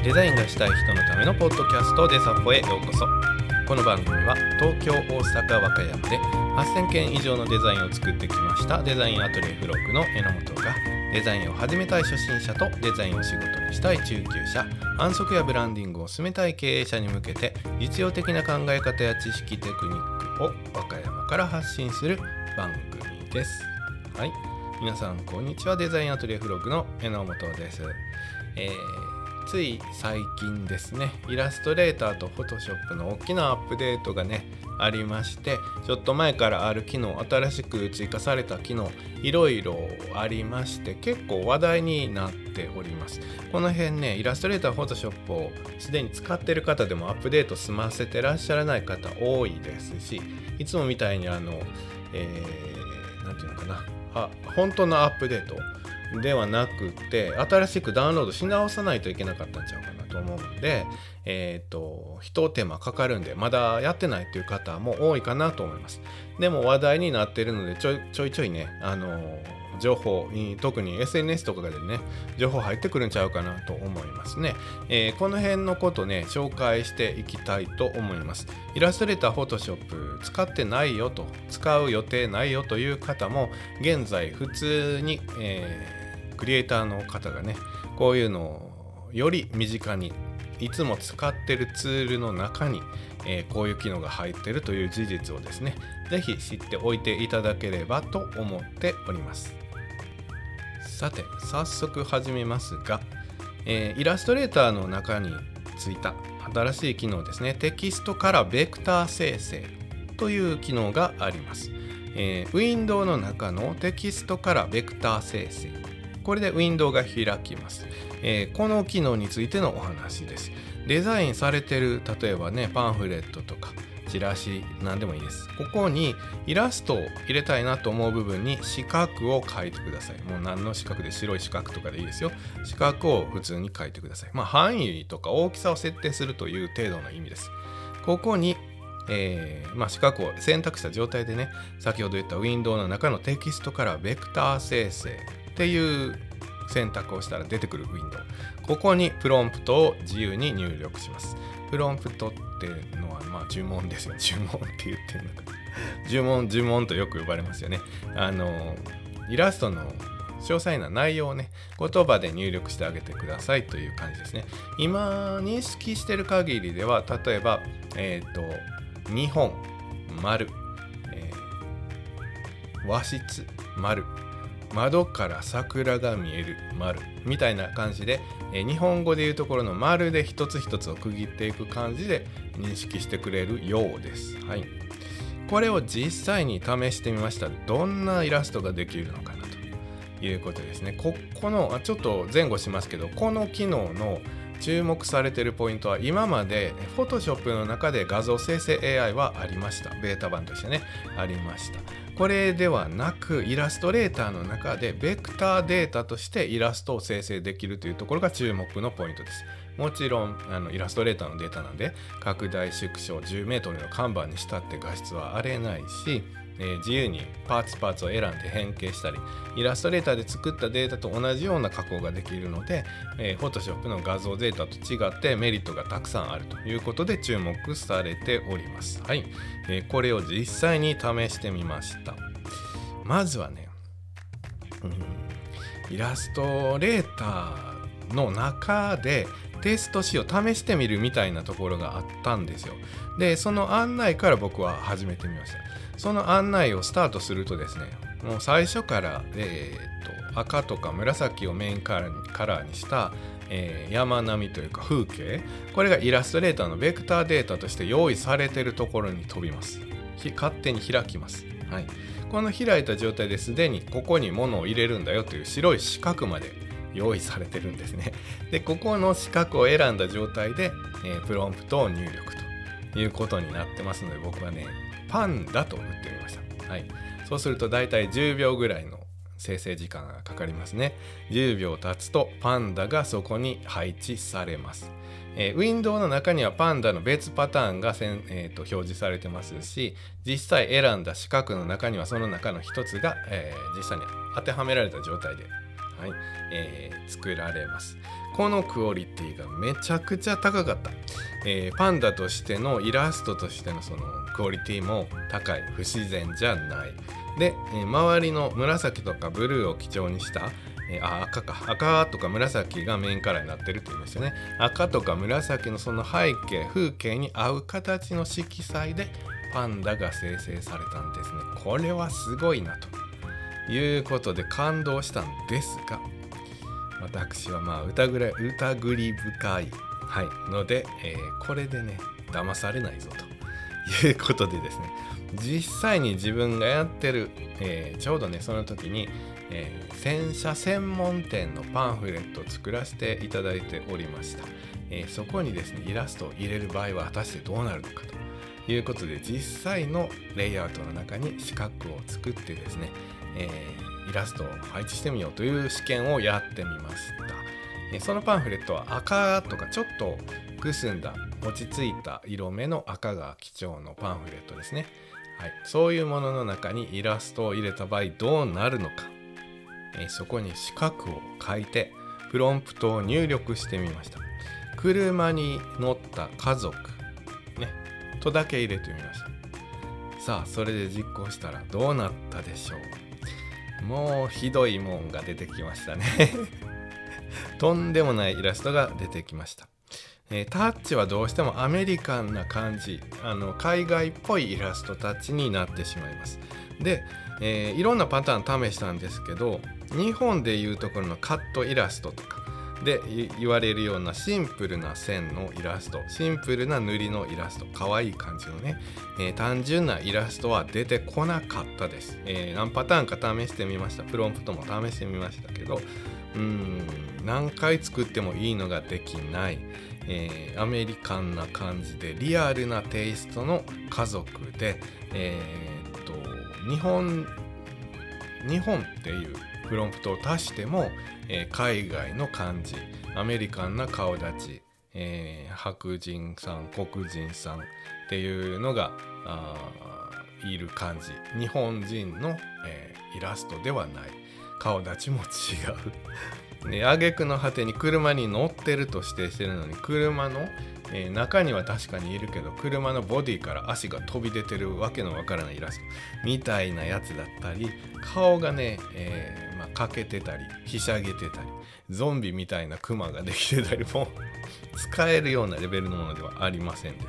デザインがしたい人のためのポッドキャストデザポへようこそ。この番組は東京、大阪、和歌山で8000件以上のデザインを作ってきましたデザインアトリエフロッグの榎本が、デザインを始めたい初心者とデザインを仕事にしたい中級者、販促やブランディングを進めたい経営者に向けて実用的な考え方や知識テクニックを和歌山から発信する番組です。はい、皆さんこんにちは。デザインアトリエフロッグの榎本です。つい最近ですね、イラストレーターとフォトショップの大きなアップデートがねありまして、ちょっと前からある機能、新しく追加された機能、いろいろありまして結構話題になっております。この辺ね、イラストレーター、フォトショップをすでに使っている方でもアップデート済ませてらっしゃらない方多いですし、いつもみたいになんていうのかな、本当のアップデートではなくて新しくダウンロードし直さないといけなかったんちゃうかなと思うので、一手間かかるんで、まだやってないっていう方も多いかなと思います。でも話題になっているのでちょいちょいね、情報、特に SNS とかでね情報入ってくるんちゃうかなと思いますね。この辺のことね紹介していきたいと思います。イラストレーター、フォトショップ使ってないよと、使う予定ないよという方も現在普通に、クリエイターの方がねこういうのをより身近に、いつも使ってるツールの中に、こういう機能が入っているという事実をですね、ぜひ知っておいていただければと思っております。さて早速始めますが、イラストレーターの中についた新しい機能ですね、テキストからベクター生成という機能があります。ウィンドウの中のテキストからベクター生成、これでウィンドウが開きます。この機能についてのお話です。デザインされてる、例えばねパンフレットとかチラシ、何でもいいです。ここにイラストを入れたいなと思う部分に四角を書いてください。もう何の四角で、白い四角とかでいいですよ。四角を普通に書いてください。範囲とか大きさを設定するという程度の意味です。ここに四角を選択した状態でね、先ほど言ったウィンドウの中のテキストからベクター生成っていう選択をしたら出てくるウィンドウ、ここにプロンプトを自由に入力します。プロンプトっていうのは呪文ですよ。呪文って言ってるのか呪文とよく呼ばれますよね。イラストの詳細な内容をね言葉で入力してあげてくださいという感じですね。今認識している限りでは、例えば日本丸、和室丸、窓から桜が見える丸みたいな感じで、日本語でいうところの丸で一つ一つを区切っていく感じで認識してくれるようです。はい、これを実際に試してみました。どんなイラストができるのかなということですね。このちょっと前後しますけど、この機能の注目されているポイントは、今まで Photoshop の中で画像生成 AI はありました。ベータ版としてねありました。これではなく、イラストレーターの中でベクターデータとしてイラストを生成できるというところが注目のポイントです。もちろんイラストレーターのデータなんで拡大縮小10メートルの看板にしたって画質は荒れないし、自由にパーツを選んで変形したり、イラストレーターで作ったデータと同じような加工ができるので、Photoshop の画像データと違ってメリットがたくさんあるということで注目されております。はい、これを実際に試してみました。まずはね、イラストレーターの中でテストしよう、試してみるみたいなところがあったんですよ。でその案内から僕は始めてみました。その案内をスタートするとですね、もう最初から、赤とか紫をメインカラーにした、山並みというか風景、これがイラストレーターのベクターデータとして用意されているところに飛びます。勝手に開きます。はい、この開いた状態ですでにここに物を入れるんだよという白い四角まで用意されてるんですね。でここの四角を選んだ状態で、プロンプトを入力ということになってますので、僕はねパンダと打ってみました。はい、そうするとだいたい10秒ぐらいの生成時間がかかりますね。10秒経つとパンダがそこに配置されます。ウィンドウの中にはパンダの別パターンが表示されてますし、実際選んだ四角の中にはその中の一つが、実際に当てはめられた状態ではい作られます。このクオリティがめちゃくちゃ高かった。パンダとしてのイラストとしてのそのクオリティも高い、不自然じゃない。で、周りの紫とかブルーを基調にした赤とか紫がメインカラーになってるって言いましたね。赤とか紫のその背景風景に合う形の色彩でパンダが生成されたんですね。これはすごいなということで感動したんですが、私は疑り深い、ので、これでね騙されないぞということでですね、実際に自分がやってる、ちょうどねその時に、洗車専門店のパンフレットを作らせていただいておりました。そこにですねイラストを入れる場合は果たしてどうなるのかということで、実際のレイアウトの中に四角を作ってですね、イラストを配置してみようという試験をやってみました。そのパンフレットは赤とかちょっとくすんだ落ち着いた色目の赤が基調のパンフレットですね。そういうものの中にイラストを入れた場合どうなるのか、そこに四角を書いてプロンプトを入力してみました。車に乗った家族、とだけ入れてみました。さあそれで実行したらどうなったでしょう。もうひどいもんが出てきましたねとんでもないイラストが出てきました。タッチはどうしてもアメリカンな感じ、海外っぽいイラストタッチになってしまいます。で、いろんなパターン試したんですけど、日本でいうところのカットイラストとかで言われるようなシンプルな線のイラスト、シンプルな塗りのイラスト、可愛い感じのね、単純なイラストは出てこなかったです。何パターンか試してみました。プロンプトも試してみましたけど、何回作ってもいいのができない、アメリカンな感じでリアルなテイストの家族で、日本っていうプロンプトを足しても、海外の感じ、アメリカンな顔立ち、白人さん、黒人さんっていうのがいる感じ、日本人の、イラストではない、顔立ちも違う挙句の果てに車に乗ってると指定してるのに、車の、中には確かにいるけど車のボディから足が飛び出てるわけのわからないイラストみたいなやつだったり、顔がね、欠けてたりひしゃげてたりゾンビみたいなクマができてたりも使えるようなレベルのものではありませんでした。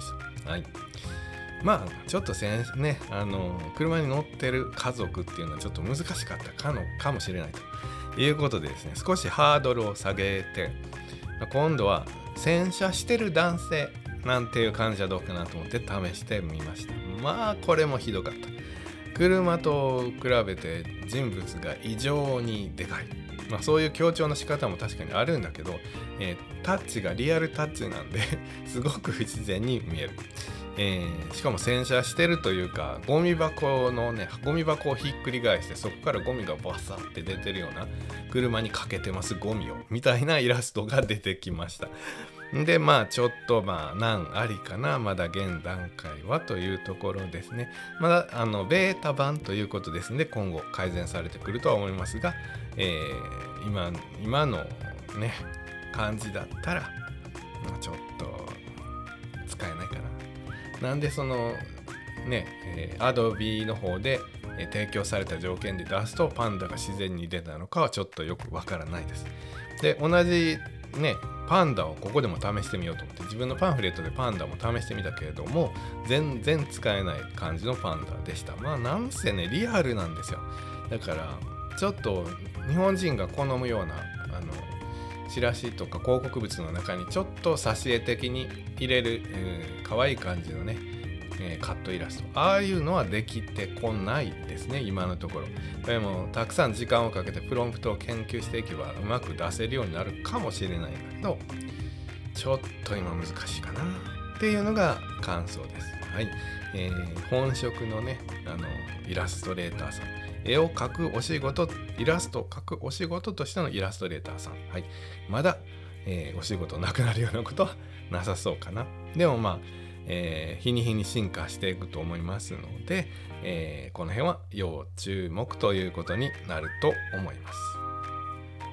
ちょっと車に乗ってる家族っていうのはちょっと難しかったかもしれないということでですね、少しハードルを下げて、今度は洗車してる男性なんていう感じはどうかなと思って試してみました。これもひどかった。車と比べて人物が異常にでかい。そういう強調の仕方も確かにあるんだけど、タッチがリアルタッチなんですごく不自然に見える。しかも洗車してるというか、ゴミ箱をひっくり返してそこからゴミがバサって出てるような、車にかけてますゴミをみたいなイラストが出てきました。でちょっと難ありかな、まだ現段階はというところですね。まだベータ版ということですので今後改善されてくるとは思いますが、今のね感じだったらちょっと使えないかな。なんでAdobe の方で提供された条件で出すとパンダが自然に出たのかはちょっとよくわからないです。で同じパンダをここでも試してみようと思って自分のパンフレットでパンダも試してみたけれども全然使えない感じのパンダでした。なんせねリアルなんですよ。だからちょっと日本人が好むようなチラシとか広告物の中にちょっと挿絵的に入れる、可愛い感じのね、カットイラスト、ああいうのはできてこないですね今のところ。でもたくさん時間をかけてプロンプトを研究していけばうまく出せるようになるかもしれないんだけど、ちょっと今難しいかなっていうのが感想です。本職のねイラストレーターさん、絵を描くお仕事、イラストを描くお仕事としてのイラストレーターさん、まだ、お仕事なくなるようなことはなさそうかな。でも日に日に進化していくと思いますので、この辺は要注目ということになると思います。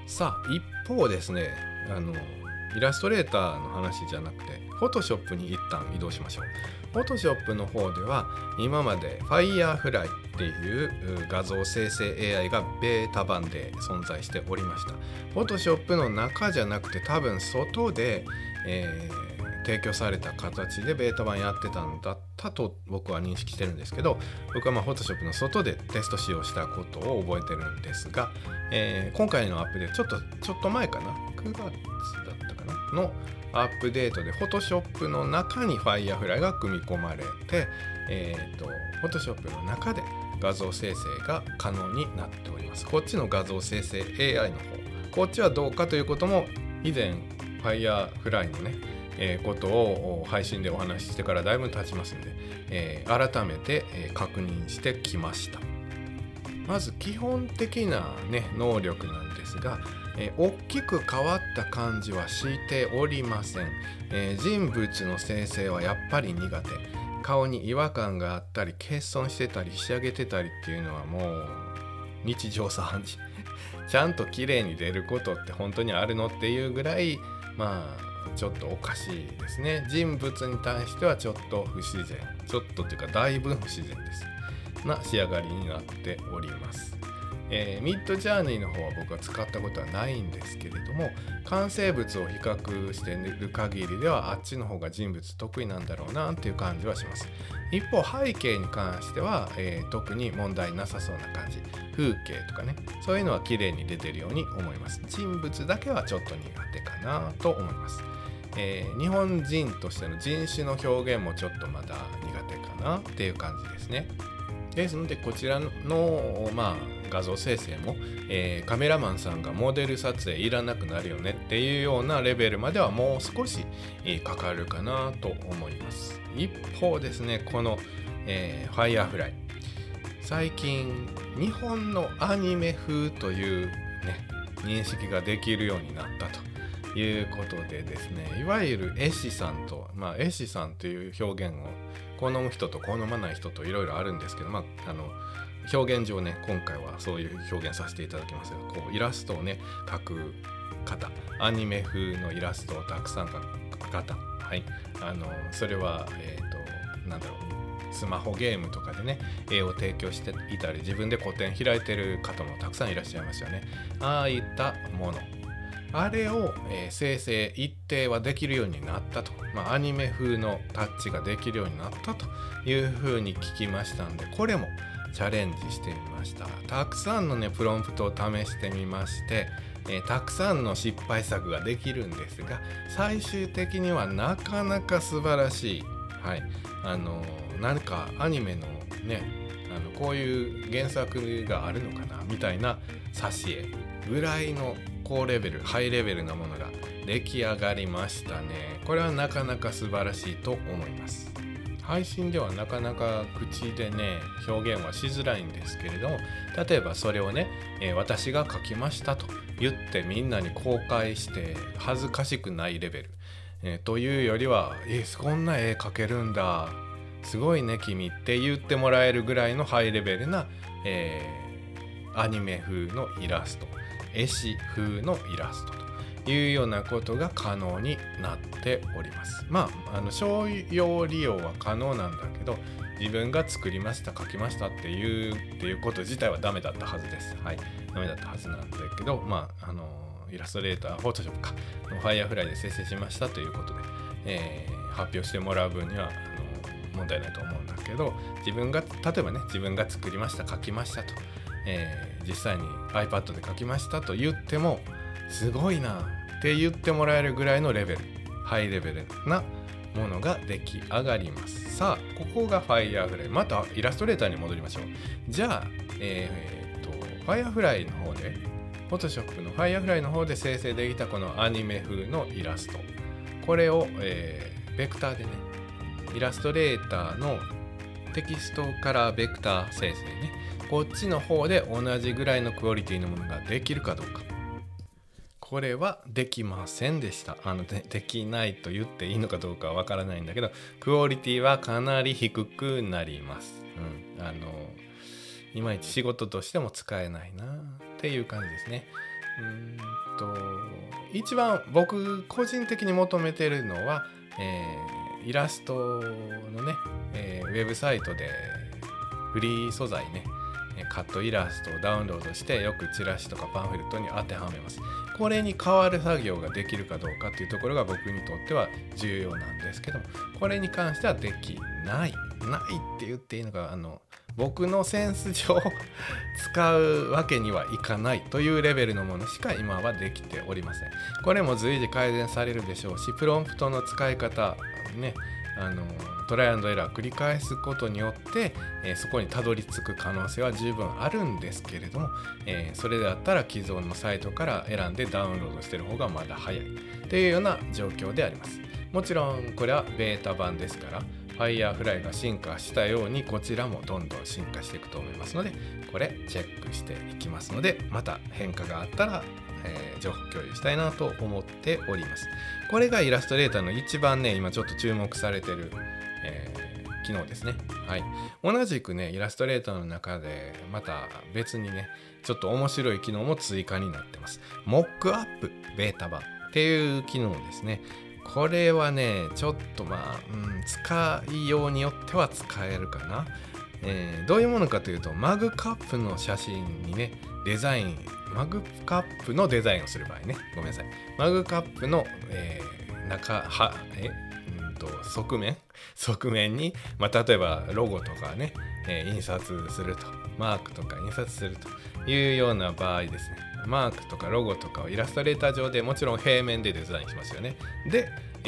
さあ一方ですね、イラストレーターの話じゃなくてフォトショップに一旦移動しましょう。フォトショップの方では今まで Firefly っていう画像生成 AI がベータ版で存在しておりました。フォトショップの中じゃなくて多分外で、提供された形でベータ版やってたんだったと僕は認識してるんですけど、僕はフォトショップの外でテスト使用したことを覚えてるんですが、今回のアップでちょっと前かな、9月だったかなのアップデートでフォトショップの中に Firefly が組み込まれて、フォトショップの中で画像生成が可能になっております。こっちの画像生成 AI の方、こっちはどうかということも以前 Firefly のねことを配信でお話ししてからだいぶ経ちますので、改めて、確認してきました。まず基本的な、能力なんですが、大きく変わった感じはしておりません。人物の生成はやっぱり苦手。顔に違和感があったり欠損してたり仕上げてたりっていうのはもう日常茶飯事ちゃんと綺麗に出ることって本当にあるのっていうぐらいちょっとおかしいですね。人物に対してはちょっと不自然、ちょっとっていうかだいぶ不自然ですな仕上がりになっております。ミッドジャーニーの方は僕は使ったことはないんですけれども、完成物を比較している限りではあっちの方が人物得意なんだろうなっていう感じはします。一方背景に関しては、特に問題なさそうな感じ、風景とかね、そういうのは綺麗に出てるように思います。人物だけはちょっと苦手かなと思います。日本人としての人種の表現もちょっとまだ苦手かなっていう感じですね。ですのでこちらの、画像生成も、カメラマンさんがモデル撮影いらなくなるよねっていうようなレベルまではもう少し、かかるかなと思います。一方ですね、この、Firefly 最近日本のアニメ風というね認識ができるようになったということでですね、いわゆる絵師さんと、絵師さんという表現を好む人と好まない人といろいろあるんですけど、表現上ね今回はそういう表現させていただきますが、こうイラストをね描く方、アニメ風のイラストをたくさん描く方、はい、それはスマホゲームとかでね絵を提供していたり自分で個展開いてる方もたくさんいらっしゃいますよね。ああいったもの、あれを、生成一定はできるようになったと、アニメ風のタッチができるようになったというふうに聞きましたんで、これもチャレンジしてみました。たくさんのねプロンプトを試してみまして、たくさんの失敗作ができるんですが、最終的にはなかなか素晴らしい、はい、何かアニメのねこういう原作があるのかなみたいな挿絵ぐらいの高レベルハイレベルなものが出来上がりましたね。これはなかなか素晴らしいと思います。配信ではなかなか口でね表現はしづらいんですけれども、例えばそれをね、私が描きましたと言ってみんなに公開して恥ずかしくないレベル、というよりはこんな絵描けるんだすごいね君って言ってもらえるぐらいのハイレベルな、アニメ風のイラスト、絵師風のイラストというようなことが可能になっております。商用利用は可能なんだけど、自分が作りました描きましたっていうこと自体はダメだったはずです。はい、ダメだったはずなんだけど、イラストレーター、フォトショップかのFireflyで生成しましたということで、発表してもらう分には問題ないと思うんだけど、例えばね自分が作りました描きましたと、実際に iPad で描きましたと言ってもすごいなって言ってもらえるぐらいのレベル、ハイレベルなものが出来上がります。さあここが Firefly、 またイラストレーターに戻りましょう。じゃあFirefly の方で Photoshop の Firefly の方で生成できたこのアニメ風のイラスト、これを、ベクターでねイラストレーターのテキストからベクター生成ね、こっちの方で同じぐらいのクオリティのものができるかどうか、これはできませんでした。できないと言っていいのかどうかはわからないんだけど、クオリティはかなり低くなります。いまいち仕事としても使えないなっていう感じですね。 一番僕個人的に求めてるのは、イラストのね、ウェブサイトでフリー素材ね、カットイラストをダウンロードしてよくチラシとかパンフレットに当てはめます。これに変わる作業ができるかどうかっていうところが僕にとっては重要なんですけども、これに関してはできないって言っていいのか、僕のセンス上使うわけにはいかないというレベルのものしか今はできておりません。これも随時改善されるでしょうし、プロンプトの使い方ね、トライアンドエラー繰り返すことによって、そこにたどり着く可能性は十分あるんですけれども、それだったら既存のサイトから選んでダウンロードしてる方がまだ早いというような状況であります。もちろんこれはベータ版ですから、Firefly が進化したようにこちらもどんどん進化していくと思いますので、これチェックしていきますので、また変化があったら情報共有したいなと思っております。これがイラストレーターの一番ね、今ちょっと注目されてる、機能ですね。はい。同じくね、イラストレーターの中でまた別にね、ちょっと面白い機能も追加になってます。モックアップベータ版っていう機能ですね。これはね、ちょっと使いようによっては使えるかな。どういうものかというと、マグカップの写真にね、マグカップのデザインをする場合ね、ごめんなさい。マグカップの、側面に、例えばロゴとかね、印刷すると、マークとか印刷するというような場合ですね。マークとかロゴとかをイラストレーター上でもちろん平面でデザインしますよね。で、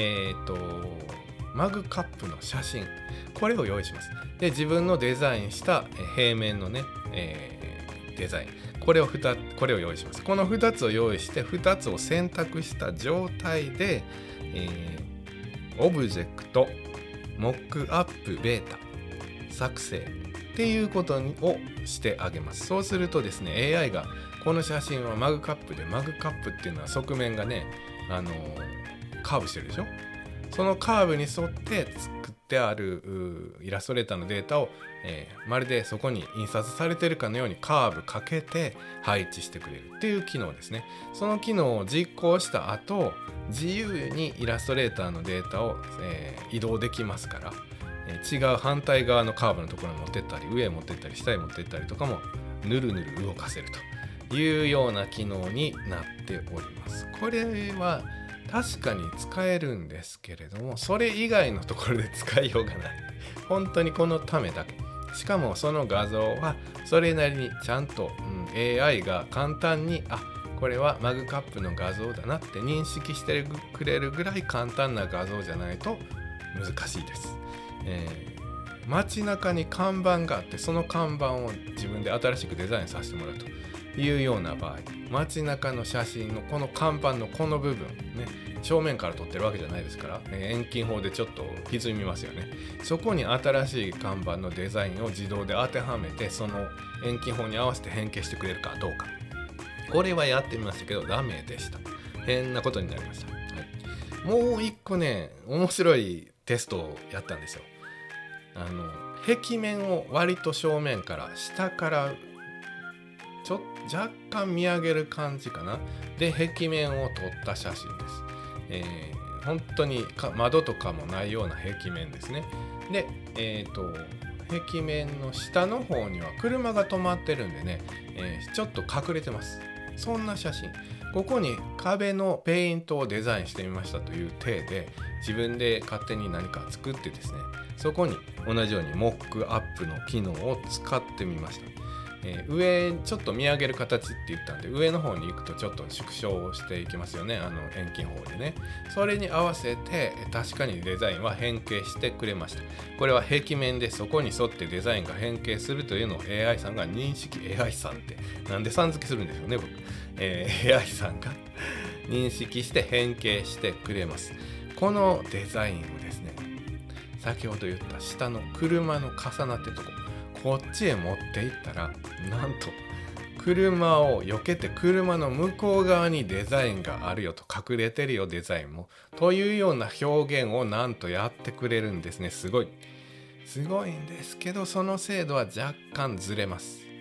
マグカップの写真、これを用意します。で、自分のデザインした平面のね、デザイン、これを用意します。この2つを用意して2つを選択した状態で、オブジェクトモックアップベータ作成っていうことをしてあげます。そうするとですね、 AI がこの写真はマグカップで、マグカップっていうのは側面がね、カーブしてるでしょ。そのカーブに沿って作ってあるイラストレーターのデータを、まるでそこに印刷されてるかのようにカーブかけて配置してくれるっていう機能ですね。その機能を実行した後、自由にイラストレーターのデータを、移動できますから、違う反対側のカーブのところに持ってったり、上へ持ってったり下へ持ってったりとかもぬるぬる動かせるというような機能になっております。これは確かに使えるんですけれども、それ以外のところで使いようがない。本当にこのためだけ。しかもその画像はそれなりにちゃんと、AI が簡単にこれはマグカップの画像だなって認識してくれるぐらい簡単な画像じゃないと難しいです。街中に看板があって、その看板を自分で新しくデザインさせてもらうというような場合、街中の写真のこの看板のこの部分ね、正面から撮ってるわけじゃないですから、遠近法でちょっと歪みますよね。そこに新しい看板のデザインを自動で当てはめて、その遠近法に合わせて変形してくれるかどうか、これはやってみましたけどダメでした。変なことになりました。はい、もう一個ね、面白いテストをやったんですよ。壁面を割と正面から下から若干見上げる感じかな。で、壁面を撮った写真です。本当に窓とかもないような壁面ですね。で、壁面の下の方には車が止まってるんでね、ちょっと隠れてます。そんな写真。ここに壁のペイントをデザインしてみましたという体で、自分で勝手に何か作ってですね、そこに同じようにモックアップの機能を使ってみました。上ちょっと見上げる形って言ったんで、上の方に行くとちょっと縮小していきますよね、遠近法でね。それに合わせて確かにデザインは変形してくれました。これは壁面でそこに沿ってデザインが変形するというのを AI さんが認識、AI さんってなんでさん付けするんでしょうね僕、AI さんが認識して変形してくれます。このデザインをですね、先ほど言った下の車の重なってるとこっちへ持っていったら、なんと車を避けて車の向こう側にデザインがあるよと、隠れてるよデザインもというような表現をなんとやってくれるんですね。すごいんですけど、その精度は若干ずれます。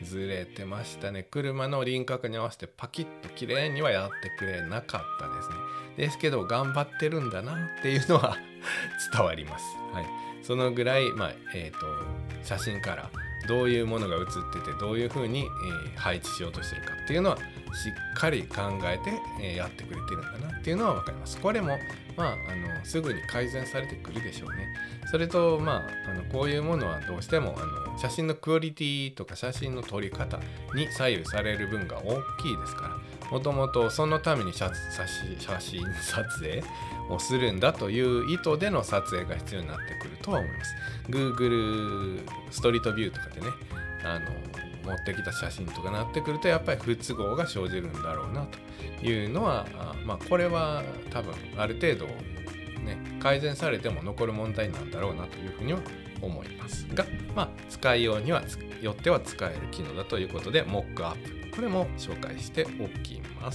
ずれてましたね。車の輪郭に合わせてパキッと綺麗にはやってくれなかったですね。ですけど頑張ってるんだなっていうのは伝わります。はい、そのぐらい、写真からどういうものが写っててどういうふうに、配置しようとしてるかっていうのはしっかり考えて、やってくれてるんだなっていうのは分かります。これもすぐに改善されてくるでしょうね。それとこういうものはどうしても写真のクオリティとか写真の撮り方に左右される分が大きいですから、もともとそのために写真撮影をするんだという意図での撮影が必要になってくるとは思います。 Google ストリートビューとかでね持ってきた写真とかなってくるとやっぱり不都合が生じるんだろうなというのはこれは多分ある程度ね改善されても残る問題なんだろうなというふうには思いますが、使いようにはよっては使える機能だということでモックアップこれも紹介しておきます。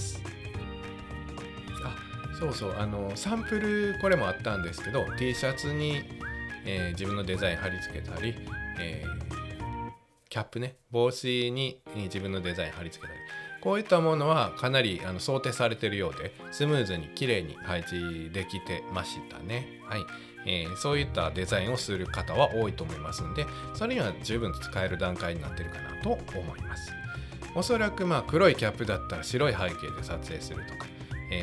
サンプルこれもあったんですけど T シャツに、自分のデザイン貼り付けたり、キャップね帽子に自分のデザイン貼り付けたりこういったものはかなり想定されているようでスムーズに綺麗に配置できてましたね。はい、そういったデザインをする方は多いと思いますのでそれには十分使える段階になっているかなと思います。おそらく黒いキャップだったら白い背景で撮影するとか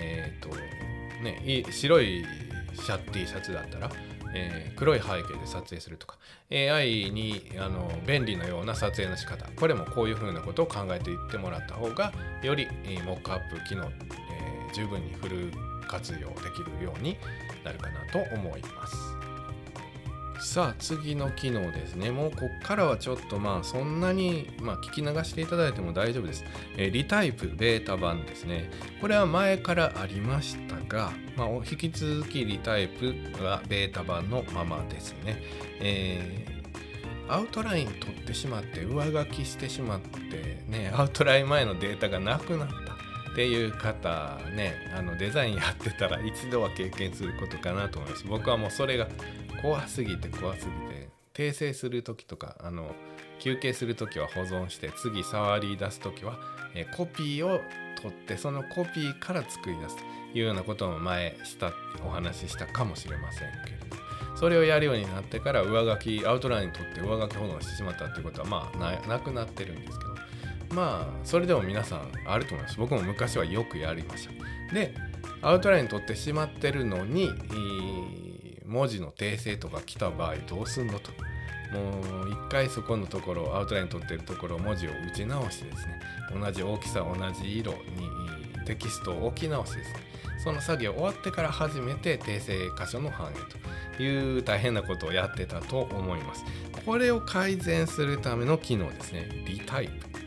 白いT シャツだったら黒い背景で撮影するとか AI に便利なような撮影の仕方これもこういうふうなことを考えていってもらった方がよりモックアップ機能、十分にフル活用できるようになるかなと思います。さあ次の機能ですね。もうこっからはちょっとそんなに聞き流していただいても大丈夫です。リタイプベータ版ですね。これは前からありましたが、引き続きリタイプはベータ版のままですね。アウトライン取ってしまって上書きしてしまってねアウトライン前のデータがなくなったっていう方ねデザインやってたら一度は経験することかなと思います。僕はもうそれが怖すぎて訂正するときとか休憩するときは保存して次触り出すときは、コピーを取ってそのコピーから作り出すというようなことも前したってお話ししたかもしれませんけれどそれをやるようになってから上書きアウトラインに取って上書き保存してしまったっていうことはなくなってるんですけどそれでも皆さんあると思います。僕も昔はよくやりました。でアウトライン取ってしまってるのに文字の訂正とか来た場合どうすんのともう一回そこのところアウトライン取ってるところ文字を打ち直してですね同じ大きさ同じ色にテキストを置き直してですねその作業終わってから初めて訂正箇所の反映という大変なことをやってたと思います。これを改善するための機能ですね。リタイプ、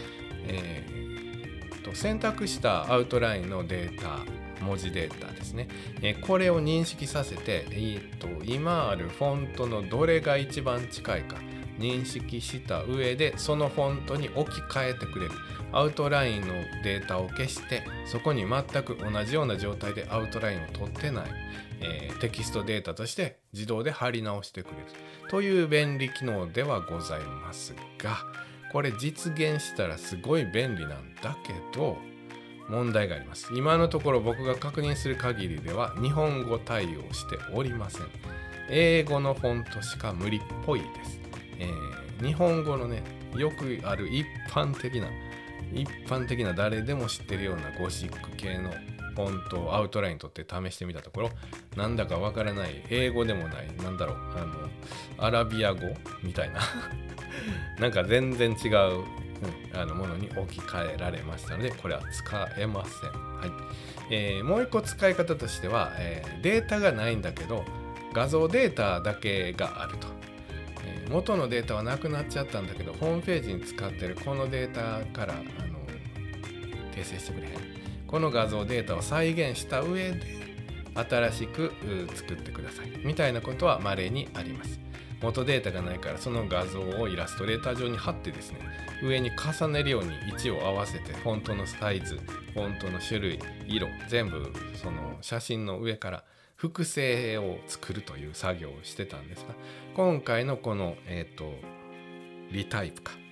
選択したアウトラインのデータ文字データですね、これを認識させて、今あるフォントのどれが一番近いか認識した上でそのフォントに置き換えてくれる。アウトラインのデータを消してそこに全く同じような状態でアウトラインを取ってない、テキストデータとして自動で貼り直してくれるという便利機能ではございますがこれ実現したらすごい便利なんだけど問題があります。今のところ僕が確認する限りでは日本語対応しておりません。英語のフォントしか無理っぽいです。日本語のねよくある一般的な誰でも知ってるようなゴシック系のフォントをアウトライン取って試してみたところなんだかわからない英語でもないアラビア語みたいななんか全然違うものに置き換えられましたのでこれは使えません。はい。もう一個使い方としては、データがないんだけど画像データだけがあると、元のデータはなくなっちゃったんだけどホームページに使ってるこのデータから訂正してくれへんこの画像データを再現した上で新しく作ってくださいみたいなことは稀にあります。元データがないからその画像をイラストレーター上に貼ってですね上に重ねるように位置を合わせてフォントのサイズフォントの種類色全部その写真の上から複製を作るという作業をしてたんですが今回のこのリタイプか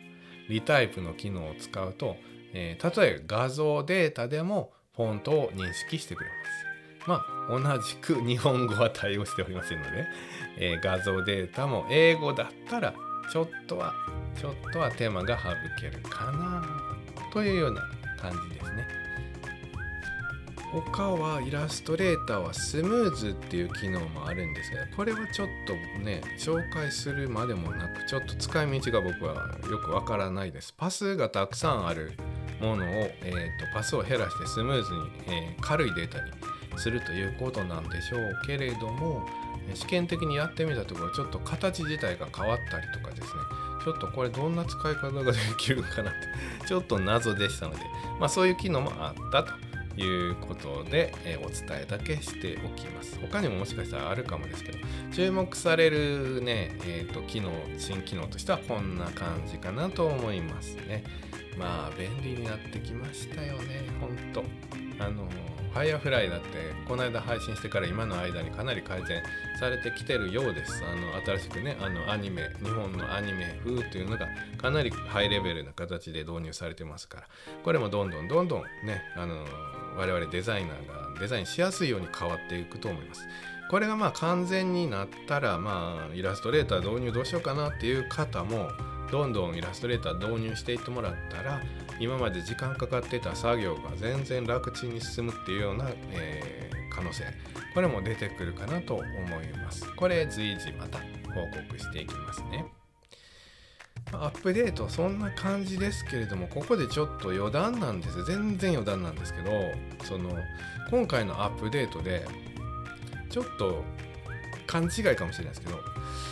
リタイプの機能を使うと、たとえ画像データでもフォントを認識してくれます。同じく日本語は対応しておりませんので、画像データも英語だったらちょっとは手間が省けるかなというような感じですね。他はイラストレーターはスムーズっていう機能もあるんですけど、これはちょっとね紹介するまでもなく、ちょっと使い道が僕はよくわからないです。パスがたくさんあるものを、パスを減らしてスムーズに、軽いデータにするということなんでしょうけれども、試験的にやってみたところちょっと形自体が変わったりとかですね、ちょっとこれどんな使い方ができるかなってちょっと謎でしたので、そういう機能もあったということで、お伝えだけしておきます。他にももしかしたらあるかもですけど、注目されるね、新機能としてはこんな感じかなと思いますね。便利になってきましたよね。ほんとFirefly だってこの間配信してから今の間にかなり改善されてきてるようです。新しくねアニメ、日本のアニメ風というのがかなりハイレベルな形で導入されてますから、これもどんどんね我々デザイナーがデザインしやすいように変わっていくと思います。これが完全になったらイラストレーター導入どうしようかなっていう方もどんどんイラストレーター導入していってもらったら、今まで時間かかってた作業が全然楽ちんに進むっていうような、可能性、これも出てくるかなと思います。これ随時また報告していきますね。アップデートそんな感じですけれども、ここでちょっと余談なんです。全然余談なんですけど、今回のアップデートでちょっと勘違いかもしれないですけど、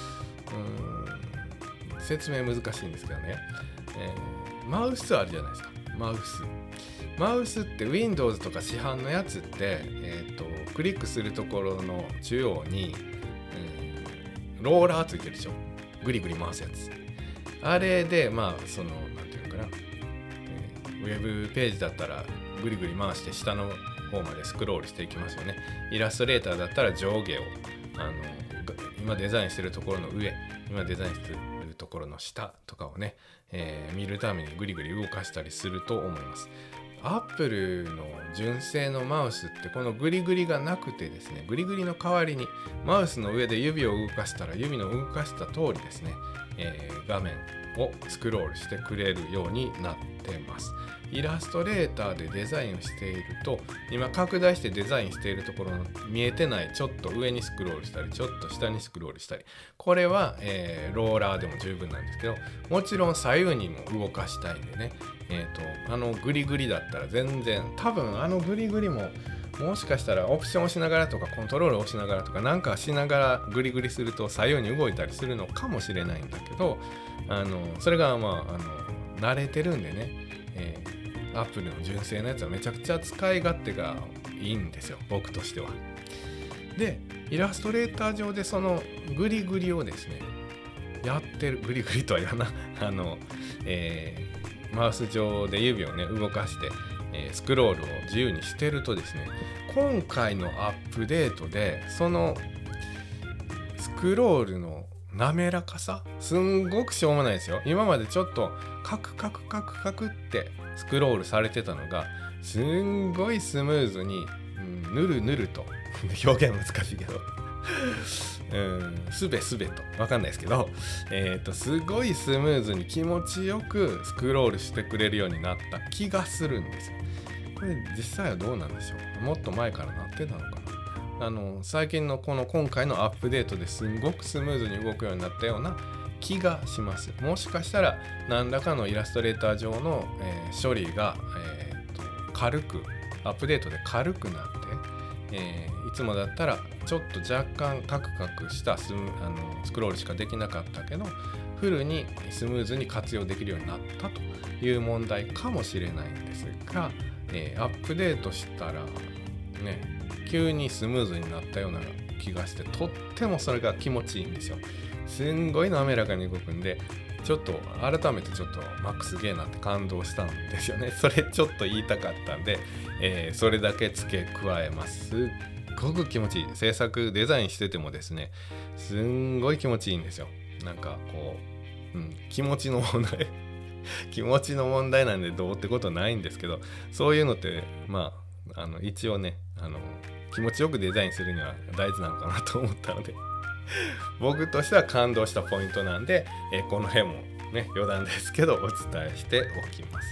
説明難しいんですけどね、マウスあるじゃないですか。マウスって Windows とか市販のやつって、クリックするところの中央に、ローラーついてるでしょ。グリグリ回すやつ。あれでなんていうのかな、ウェブページだったらグリグリ回して下の方までスクロールしていきますよね。イラストレーターだったら上下を今デザインしてるところの上、今デザインしてるところの下とかをね、見るためにグリグリ動かしたりすると思います。アップルの純正のマウスってこのグリグリがなくてですね、グリグリの代わりにマウスの上で指を動かしたら指の動かした通りですね、画面をスクロールしてくれるようになってます。イラストレーターでデザインをしていると、今拡大してデザインしているところの見えてないちょっと上にスクロールしたりちょっと下にスクロールしたり、これは、ローラーでも十分なんですけど、もちろん左右にも動かしたいんでね、グリグリだったら全然、多分グリグリももしかしたらオプションを押しながらとかコントロールを押しながらとかなんかしながらグリグリすると左右に動いたりするのかもしれないんだけど、それが慣れてるんでね、アップルの純正のやつはめちゃくちゃ使い勝手がいいんですよ、僕としては。でイラストレーター上でそのグリグリをですねやってる、グリグリとは言わなマウス上で指をね動かして、スクロールを自由にしてるとですね、今回のアップデートでそのスクロールの滑らかさ、すんごくしょうもないですよ。今までちょっとカクカクってスクロールされてたのがすんごいスムーズに、ぬるぬると表現難しいけどすべとわかんないですけど、すごいスムーズに気持ちよくスクロールしてくれるようになった気がするんですよ。これ実際はどうなんでしょう。もっと前からなってたのかな。最近の今回のアップデートですんごくスムーズに動くようになったような気がします。もしかしたら何らかのイラストレーター上の、処理が、軽くアップデートで軽くなって、いつもだったらちょっと若干カクカクしたスクロールしかできなかったけどフルにスムーズに活用できるようになったという問題かもしれないんですが、アップデートしたらね急にスムーズになったような気がして、とってもそれが気持ちいいんですよ。すんごい滑らかに動くんで、ちょっと改めてちょっとマックスゲーなって感動したんですよね。それちょっと言いたかったんで、それだけ付け加えます。すっごく気持ちいい。制作デザインしててもですね、すんごい気持ちいいんですよ。なんかこう、気持ちの問題気持ちの問題なんでどうってことないんですけど、そういうのって一応ね気持ちよくデザインするには大事なのかなと思ったので僕としては感動したポイントなんで、この辺もね余談ですけどお伝えしておきます。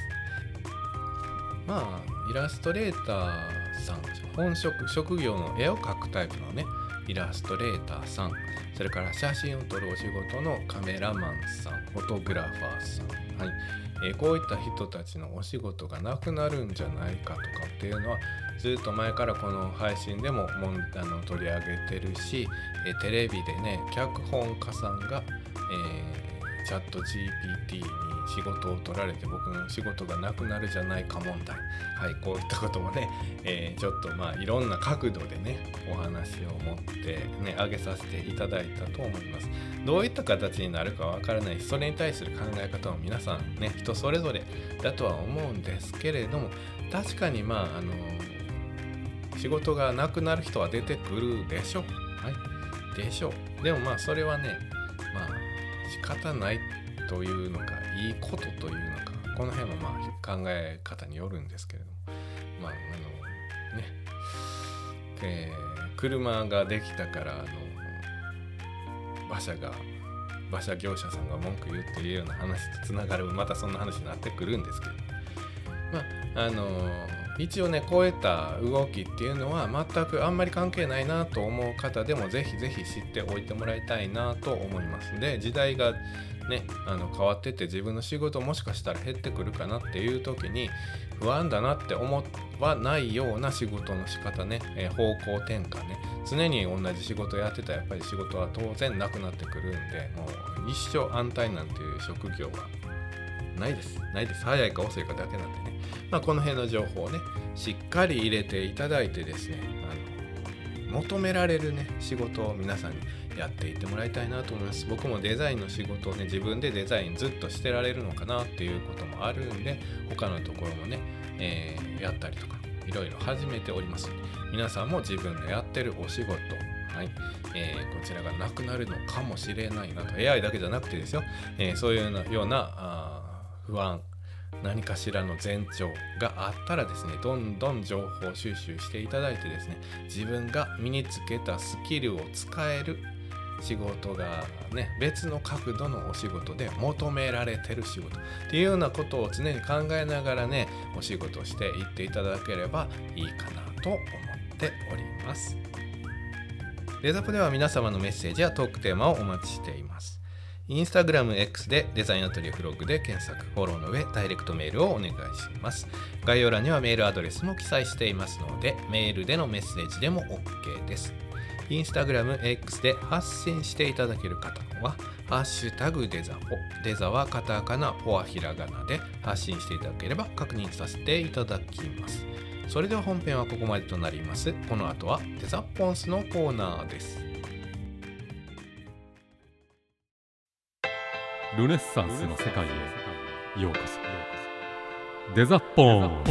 イラストレーターさん、職業の絵を描くタイプのねイラストレーターさん、それから写真を撮るお仕事のカメラマンさん、フォトグラファーさん、こういった人たちのお仕事がなくなるんじゃないかとかっていうのはずっと前からこの配信でも取り上げてるし、テレビでね脚本家さんが、チャット GPT に仕事を取られて僕の仕事がなくなるじゃないか問題、こういったこともね、ちょっといろんな角度でねお話を持ってね上げさせていただいたと思います。どういった形になるかわからないし、それに対する考え方も皆さんね人それぞれだとは思うんですけれども、確かに仕事がなくなる人は出てくるでしょう。でしょう。でもそれはね仕方ないというのかいいことというのか、この辺は考え方によるんですけれども、車ができたから馬車業者さんが文句言うっていうような話とつながる、またそんな話になってくるんですけど、一応ねこういった動きっていうのは全くあんまり関係ないなと思う方でもぜひぜひ知っておいてもらいたいなと思います。で、時代がね変わってって自分の仕事もしかしたら減ってくるかなっていう時に不安だなって思わないような仕事の仕方ね、方向転換ね、常に同じ仕事やってたらやっぱり仕事は当然なくなってくるんで、もう一生安泰なんていう職業はないです。早いか遅いかだけなんでね、この辺の情報をねしっかり入れていただいてですね、求められるね仕事を皆さんにやっていってもらいたいなと思います。僕もデザインの仕事をね自分でデザインずっとしてられるのかなっていうこともあるんで、他のところもね、やったりとかいろいろ始めております。皆さんも自分のやってるお仕事、こちらがなくなるのかもしれないなと、 AI だけじゃなくてですよ、そういうような不安、何かしらの前兆があったらですね、どんどん情報収集していただいてですね、自分が身につけたスキルを使える仕事がね別の角度のお仕事で求められてる仕事っていうようなことを常に考えながらねお仕事をしていっていただければいいかなと思っております。デザポでは皆様のメッセージやトークテーマをお待ちしています。インスタグラム X でデザインアトリエフログで検索、フォローの上ダイレクトメールをお願いします。概要欄にはメールアドレスも記載していますので、メールでのメッセージでも OK です。インスタグラム X で発信していただける方はハッシュタグデザポ、デザはカタカナ、ポはひらがなで発信していただければ確認させていただきます。それでは本編はここまでとなります。この後はデザポンスのコーナーです。 ルネッサンスの世界へようこそ。デザポン。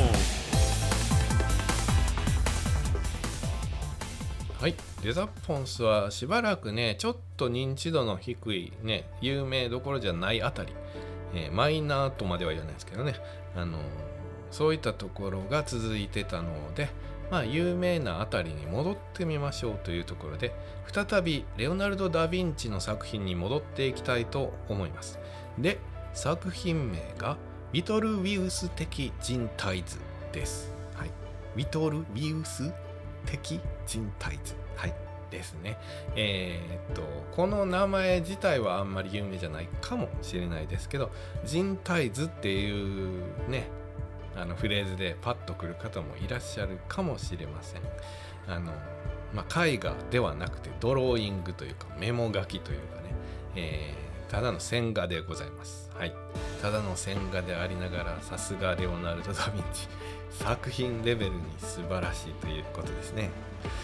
はい、デザポンスはしばらくねちょっと認知度の低いね有名どころじゃないあたり、マイナーとまでは言わないですけどね、そういったところが続いてたので、有名なあたりに戻ってみましょうというところで、再びレオナルド・ダ・ヴィンチの作品に戻っていきたいと思います。で、作品名がビトルビウス的人体図です。ビトルビウス的人体図、ですね。この名前自体はあんまり有名じゃないかもしれないですけど、人体図っていうねフレーズでパッとくる方もいらっしゃるかもしれません。絵画ではなくてドローイングというかメモ書きというかね、ただの線画でございます。ただの線画でありながら、さすがレオナルド・ダ・ヴィンチ、作品レベルに素晴らしいということですね。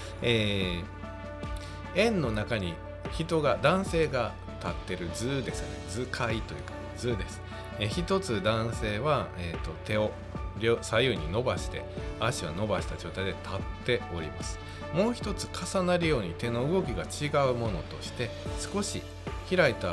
円の中に男性が立ってる図ですね。図解というか図です。一つ男性は、手を左右に伸ばして足は伸ばした状態で立っております。もう一つ重なるように手の動きが違うものとして、少し開いた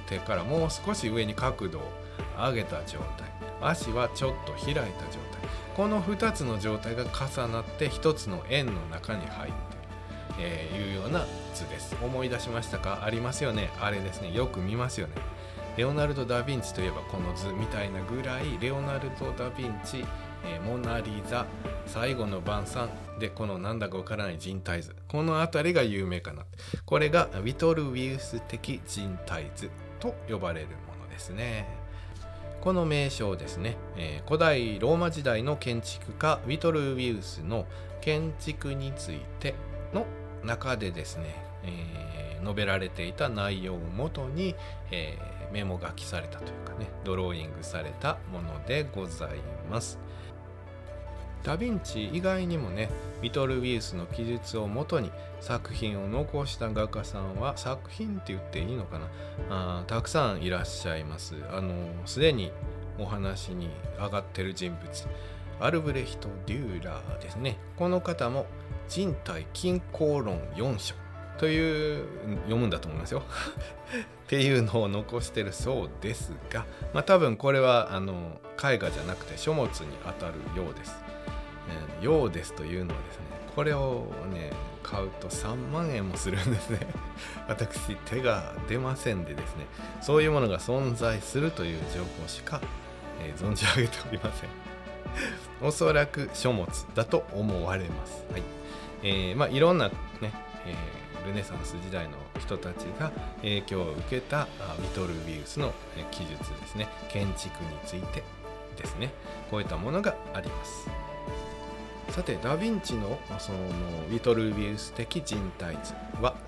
手からもう少し上に角度を上げた状態、足はちょっと開いた状態、この2つの状態が重なって1つの円の中に入っている、いうような図です。思い出しましたか？ありますよね。あれですね、よく見ますよね。レオナルド・ダ・ヴィンチといえばこの図みたいなぐらい、レオナルド・ダ・ヴィンチ、モナ・リザ、最後の晩餐で、このなんだかわからない人体図、この辺りが有名かな。これがヴィトル・ヴィウス的人体図と呼ばれるものですね。この名称ですね、古代ローマ時代の建築家ヴィトル・ヴィウスの建築についての中でですね、述べられていた内容をもとに、メモ書きされたというかね、ドローイングされたものでございます。ダ・ヴィンチ以外にもね、ヴィトル・ヴィウスの記述をもとに作品を残した画家さんは、作品って言っていいのかな、たくさんいらっしゃいます。すでにお話に上がってる人物、アルブレヒト・デューラーですね。この方も人体均衡論4書という読むんだと思いますよっていうのを残してるそうですが、多分これは絵画じゃなくて書物に当たるようです。ようですというのはですね、これをね買うと3万円もするんですね私手が出ませんでですね、そういうものが存在するという情報しか、存じ上げておりませんおそらく書物だと思われます。はい。いろんなね、ルネサンス時代の人たちが影響を受けたヴィトル・ヴィウスの記述ですね、建築についてですね、こういったものがあります。さて、ダ・ヴィンチのそのヴィトル・ヴィウス的人体図は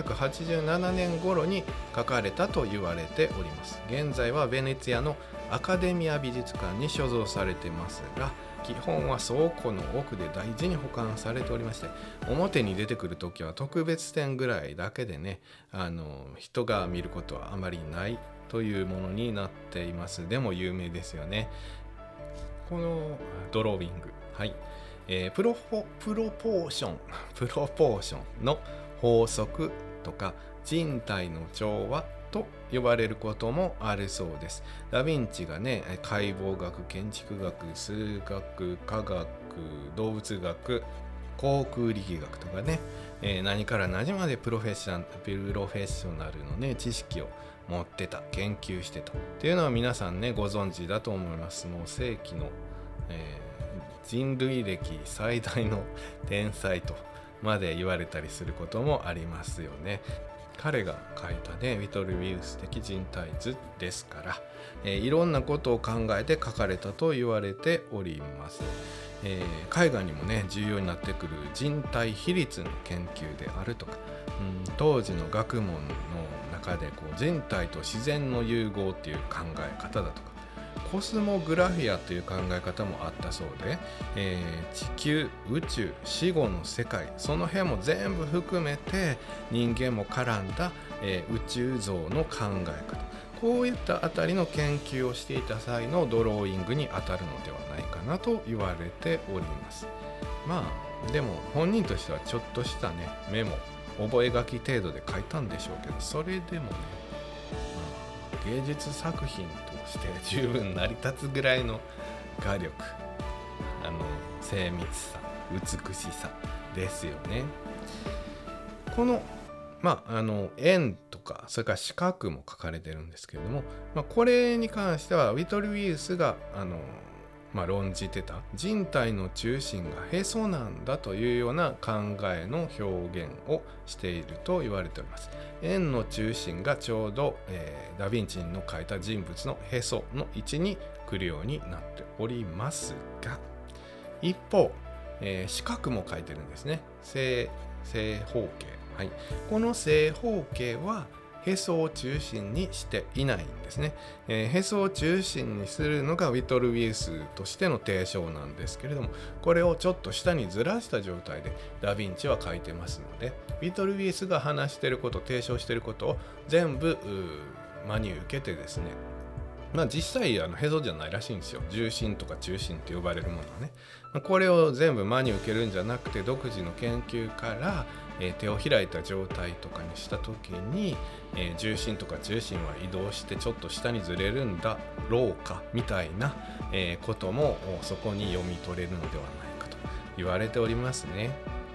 1487年頃に書かれたと言われております。現在はベネツィアのアカデミア美術館に所蔵されてますが、基本は倉庫の奥で大事に保管されておりまして、表に出てくるときは特別展ぐらいだけでね、人が見ることはあまりないというものになっています。でも有名ですよね。このドローイング、はい、プロポーションの法則とか人体の調和と呼ばれることもあるそうです。ダ・ヴィンチがね、解剖学、建築学、数学、科学、動物学、航空力学とかね、何から何までプロフェッショナルのね知識を持ってた、研究してたっていうのは皆さんねご存知だと思います。もう世紀の、人類歴最大の天才とまで言われたりすることもありますよね。彼が書いたねヴィトル・ヴィウス的人体図ですから、いろんなことを考えて書かれたと言われております。絵画にもね重要になってくる人体比率の研究であるとか、当時の学問の中で人体と自然の融合っていう考え方だとか、コスモグラフィアという考え方もあったそうで、地球、宇宙、死後の世界、その辺も全部含めて人間も絡んだ、宇宙像の考え方、こういったあたりの研究をしていた際のドローイングに当たるのではないかなと言われております。でも本人としてはちょっとしたねメモ、覚書き程度で書いたんでしょうけど、それでもね、芸術作品として十分成り立つぐらいの画力、精密さ、美しさですよね。この円とかそれから四角も書かれてるんですけれども、これに関してはヴィトル・ヴィウスが論じてた人体の中心がへそなんだというような考えの表現をしていると言われております。円の中心がちょうど、ダ・ヴィンチの描いた人物のへその位置に来るようになっておりますが、一方、四角も描いてるんですね。正方形、はい、この正方形はへそを中心にしていないんですね。へそを中心にするのがヴィトル・ヴィウスとしての提唱なんですけれども、これをちょっと下にずらした状態でダ・ヴィンチは書いてますので、ヴィトル・ヴィウスが話していること、提唱していることを全部真に受けてですね、実際へそじゃないらしいんですよ。重心とか中心って呼ばれるものはね。これを全部真に受けるんじゃなくて、独自の研究から、 手を開いた状態とかにした時に、重心とか重心は移動してちょっと下にずれるんだろうかみたいな、こともそこに読み取れるのではないかと言われておりますね。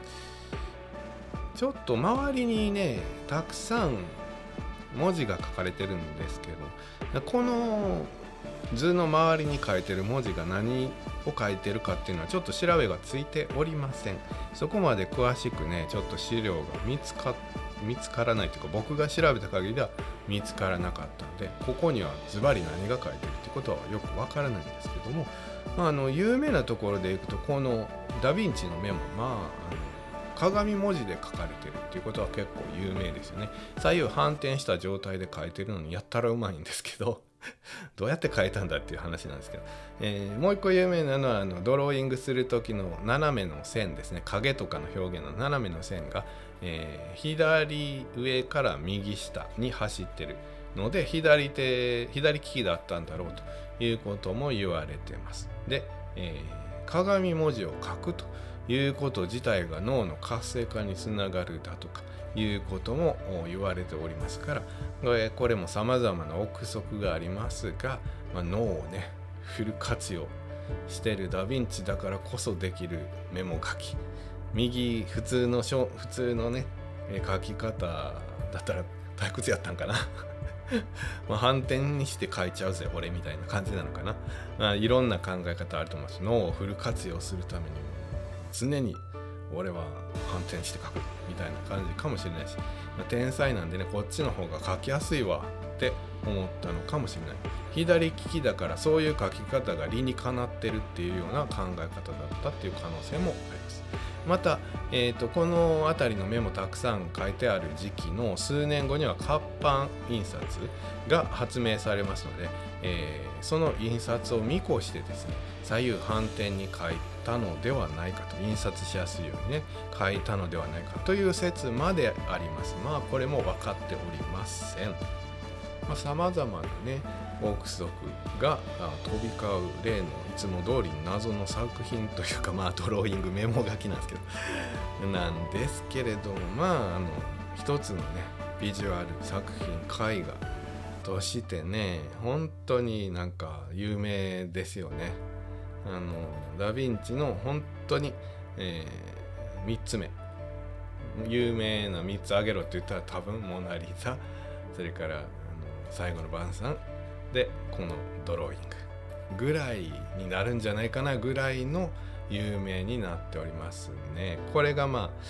ちょっと周りにねたくさん文字が書かれてるんですけど、この図の周りに書いてる文字が何を書いてるかっていうのはちょっと調べがついておりません。そこまで詳しくねちょっと資料が見つからないというか、僕が調べた限りでは見つからなかったので、ここにはズバリ何が書いてるってことはよくわからないんですけども、有名なところでいくとこのダヴィンチのメモ、鏡文字で書かれてるっていうことは結構有名ですよね。左右反転した状態で書いてるのにやったらうまいんですけどどうやって書いたんだっていう話なんですけど、もう一個有名なのはドローイングする時の斜めの線ですね。影とかの表現の斜めの線が、左上から右下に走ってるので左利きだったんだろうということも言われています。で、鏡文字を書くということ自体が脳の活性化につながるだとかいうことも言われておりますから、これも様々な憶測がありますが、脳をねフル活用してるダヴィンチだからこそできるメモ書き、右普通のね書き方だったら退屈やったんかな反転にして書いちゃうぜ俺みたいな感じなのかな。いろんな考え方あると思います。脳をフル活用するためにも常に俺は反転して書くみたいな感じかもしれないし、天才なんでねこっちの方が書きやすいわって思ったのかもしれない。左利きだからそういう書き方が理にかなってるっていうような考え方だったっていう可能性もあります。また、この辺りのメモたくさん書いてある時期の数年後には活版印刷が発明されますので、その印刷を見越してですね左右反転に書いたのではないかと、印刷しやすいようにね書いたのではないかという説まであります。これも分かっておりません。様々なね憶測が飛び交う例のいつも通り謎の作品というかドローイングメモ書きなんですけどなんですけれども、一つのねビジュアル作品絵画としてね本当になんか有名ですよね。ダヴィンチの本当に、3つ目有名な3つ挙げろって言ったら多分モナリザ、それから最後の晩餐でこのドローイングぐらいになるんじゃないかなぐらいの有名になっておりますね。これが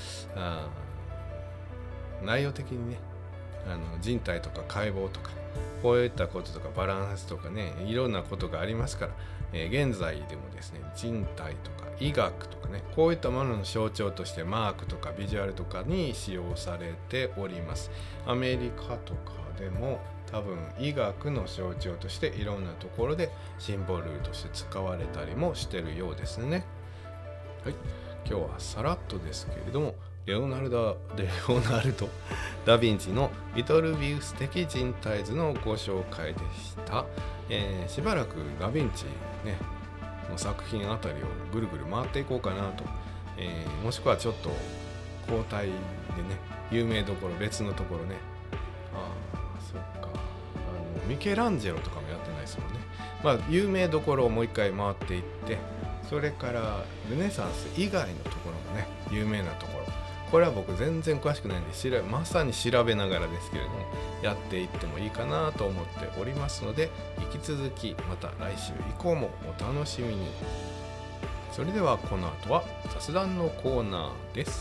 内容的にね人体とか解剖とかこういったこととかバランスとかねいろんなことがありますから、現在でもですね人体とか医学とかねこういったものの象徴としてマークとかビジュアルとかに使用されております。アメリカとかでも多分医学の象徴としていろんなところでシンボルとして使われたりもしてるようですね。はい、今日はさらっとですけれどもレオナルド・ダ・ヴィンチのビトルビウス的人体図のご紹介でした。しばらくダ・ヴィンチ、ね、の作品あたりをぐるぐる回っていこうかなと、もしくはちょっと交代でね有名どころ別のところねそっかミケランジェロとかもやってないですもんね。有名どころをもう一回回っていって、それからルネサンス以外のところもね有名なところ、これは僕全然詳しくないんでまさに調べながらですけれどもやっていってもいいかなと思っておりますので、引き続きまた来週以降もお楽しみに。それではこの後は雑談のコーナーです。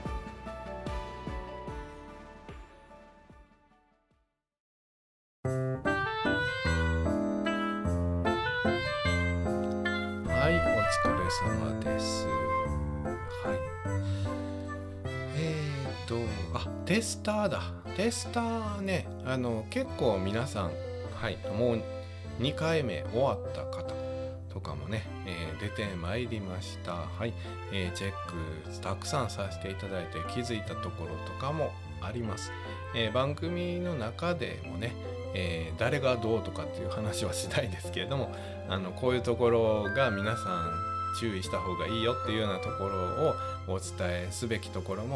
はい、お疲れ様です。テスターだ。テスターね、結構皆さん、もう2回目終わった方とかもね、出てまいりました。チェックたくさんさせていただいて気づいたところとかもあります。番組の中でもね、誰がどうとかっていう話はしないですけれども、こういうところが皆さん注意した方がいいよっていうようなところをお伝えすべきところも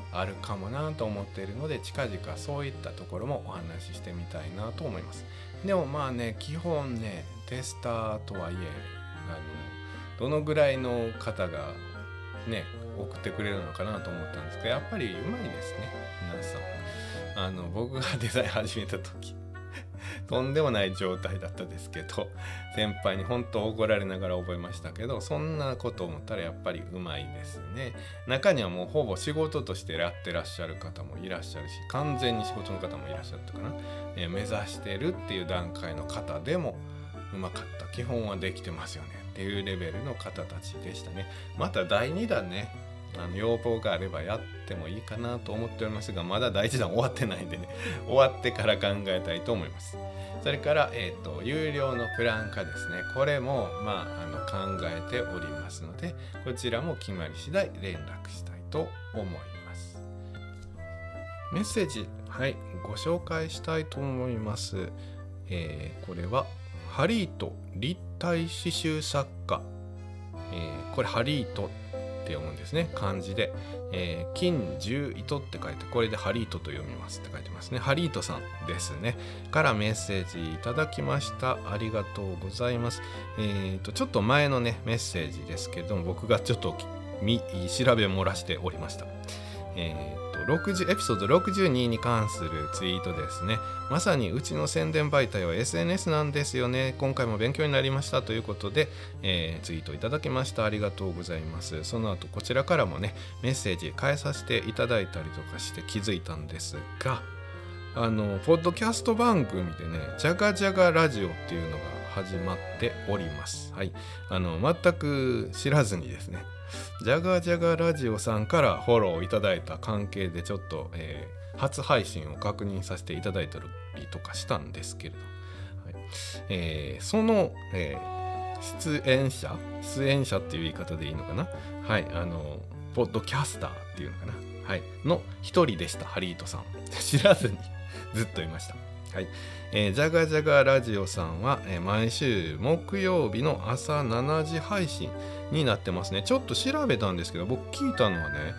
あるかもなと思っているので、近々そういったところもお話ししてみたいなと思います。でもまあね、基本ねテスターとはいえどのぐらいの方がね送ってくれるのかなと思ったんですけど、やっぱりうまいですね皆さん。僕がデザイン始めた時とんでもない状態だったですけど、先輩に本当怒られながら覚えましたけど、そんなこと思ったらやっぱりうまいですね。中にはもうほぼ仕事としてやってらっしゃる方もいらっしゃるし、完全に仕事の方もいらっしゃったかな、目指してるっていう段階の方でもうまかった、基本はできてますよねっていうレベルの方たちでしたね。また第2弾ね、要望があればやってもいいかなと思っておりますが、まだ第1弾終わってないんでね終わってから考えたいと思います。それから、有料のプラン化ですね、これも、考えておりますので、こちらも決まり次第連絡したいと思います。メッセージ、ご紹介したいと思います。これはハリート立体刺繍作家、これハリートって読むんですね、漢字で、金十糸って書いて、これでハリートと読みますって書いてますね。ハリートさんですねからメッセージいただきました。ありがとうございます。ちょっと前のねメッセージですけれども、僕がちょっと調べ漏らしておりました。エピソード62に関するツイートですね。まさにうちの宣伝媒体は SNS なんですよね。今回も勉強になりましたということで、ツイートいただきました。ありがとうございます。その後こちらからもねメッセージ変えさせていただいたりとかして気づいたんですが、ポッドキャスト番組でねジャガジャガラジオっていうのが始まっております。全く知らずにですね、ジャガジャガラジオさんからフォローいただいた関係でちょっと、初配信を確認させていただいたりとかしたんですけれど、その、出演者っていう言い方でいいのかな、ポッドキャスターっていうのかな、の一人でした。ハリートさん知らずにずっといました。ジャガジャガラジオさんは、毎週木曜日の朝7時配信になってますね。ちょっと調べたんですけど、僕聞いたのはね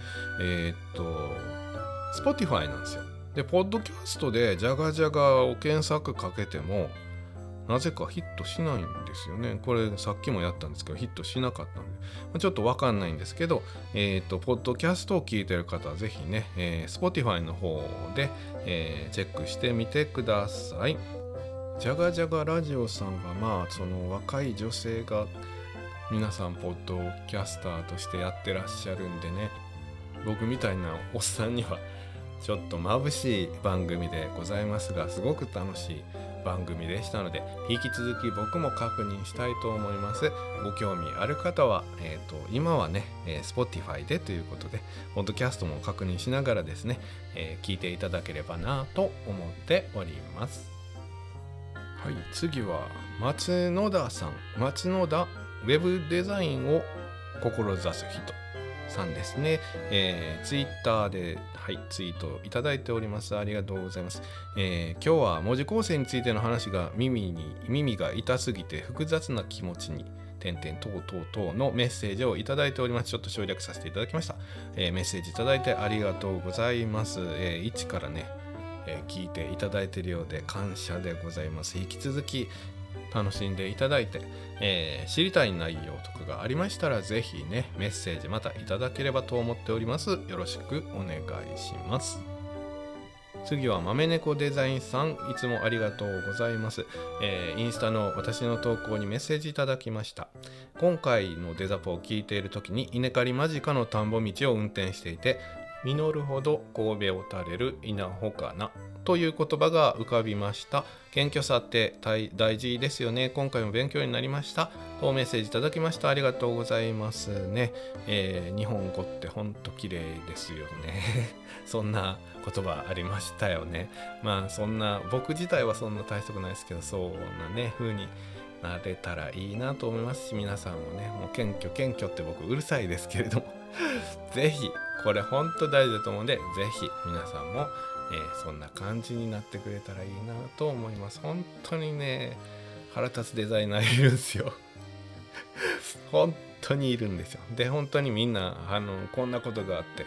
Spotify なんですよ。でポッドキャストでジャガジャガを検索かけてもなぜかヒットしないんですよね。これさっきもやったんですけどヒットしなかったので、ちょっとわかんないんですけど、ポッドキャストを聞いてる方はぜひね、Spotify の方で、チェックしてみてください。ジャガジャガラジオさんはその若い女性が皆さんポッドキャスターとしてやってらっしゃるんでね、僕みたいなおっさんにはちょっと眩しい番組でございますが、すごく楽しい番組でしたので、引き続き僕も確認したいと思います。ご興味ある方は、今はね、Spotify でということでポッドキャストも確認しながらですね、聞いていただければなと思っております。次は松野田さん。松野田ウェブデザインを志す人さんですね。ツイッターで、ツイートいただいております。ありがとうございます。今日は文字構成についての話が耳が痛すぎて複雑な気持ちに等のメッセージをいただいております。ちょっと省略させていただきました。メッセージいただいてありがとうございます。一からね、聞いていただいているようで感謝でございます。引き続き楽しんでいただいて、知りたい内容とかがありましたらぜひねメッセージまたいただければと思っております。よろしくお願いします。次は豆猫デザインさん、いつもありがとうございます。インスタの私の投稿にメッセージいただきました。今回のデザポを聞いている時に稲刈り間近の田んぼ道を運転していて、実るほど神戸を垂れる稲穂かなという言葉が浮かびました。謙虚さって大事ですよね。今回も勉強になりましたとメッセージいただきました。ありがとうございますね。日本語ってほんと綺麗ですよねそんな言葉ありましたよね。そんな僕自体はそんな大したくないですけど、そうなね風になれたらいいなと思いますし、皆さんもねもう謙虚って僕うるさいですけれどもぜひこれ本当大事だと思うんで、ぜひ皆さんも、そんな感じになってくれたらいいなと思います。本当にね腹立つデザイナーいるんですよ本当にいるんですよ。で本当にみんなこんなことがあって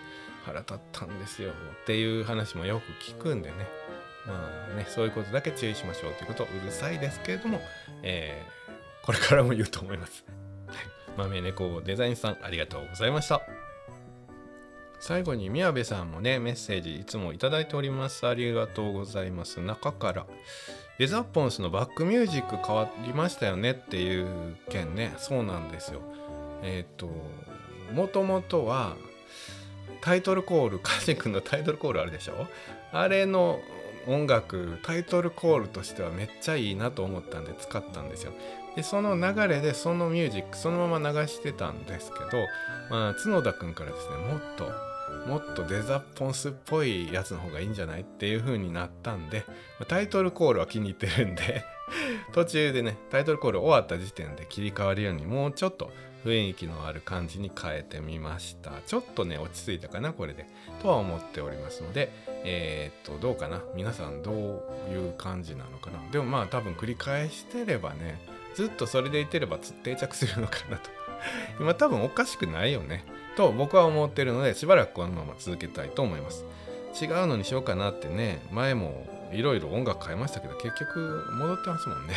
腹立ったんですよっていう話もよく聞くんでね、そういうことだけ注意しましょうということをうるさいですけれども、これからも言うと思います。豆猫デザインさん、ありがとうございました。最後に宮部さんもね、メッセージいつもいただいております。ありがとうございます。中からデザポンスのバックミュージック変わりましたよねっていう件ね。そうなんですよ。もともとはタイトルコール、カジ君のタイトルコールあるでしょ、あれの音楽、タイトルコールとしてはめっちゃいいなと思ったんで使ったんですよ。でその流れでそのミュージックそのまま流してたんですけど、角田くんからですね、もっとデザポンスっぽいやつの方がいいんじゃないっていう風になったんで、タイトルコールは気に入ってるんで途中でね、タイトルコール終わった時点で切り替わるようにもうちょっと雰囲気のある感じに変えてみました。ちょっとね落ち着いたかなこれでとは思っておりますので、どうかな、皆さんどういう感じなのかな。でも多分繰り返してればね、ずっとそれでいてれば定着するのかなと今多分おかしくないよねと僕は思ってるので、しばらくこのまま続けたいと思います。違うのにしようかなってね、前もいろいろ音楽変えましたけど結局戻ってますもんね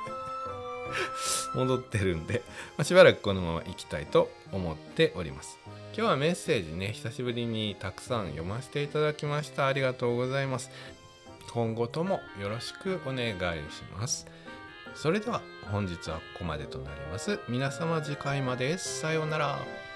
戻ってるんで、しばらくこのまま行きたいと思っております。今日はメッセージね、久しぶりにたくさん読ませていただきました。ありがとうございます。今後ともよろしくお願いします。それでは本日はここまでとなります。皆様次回まで。さようなら。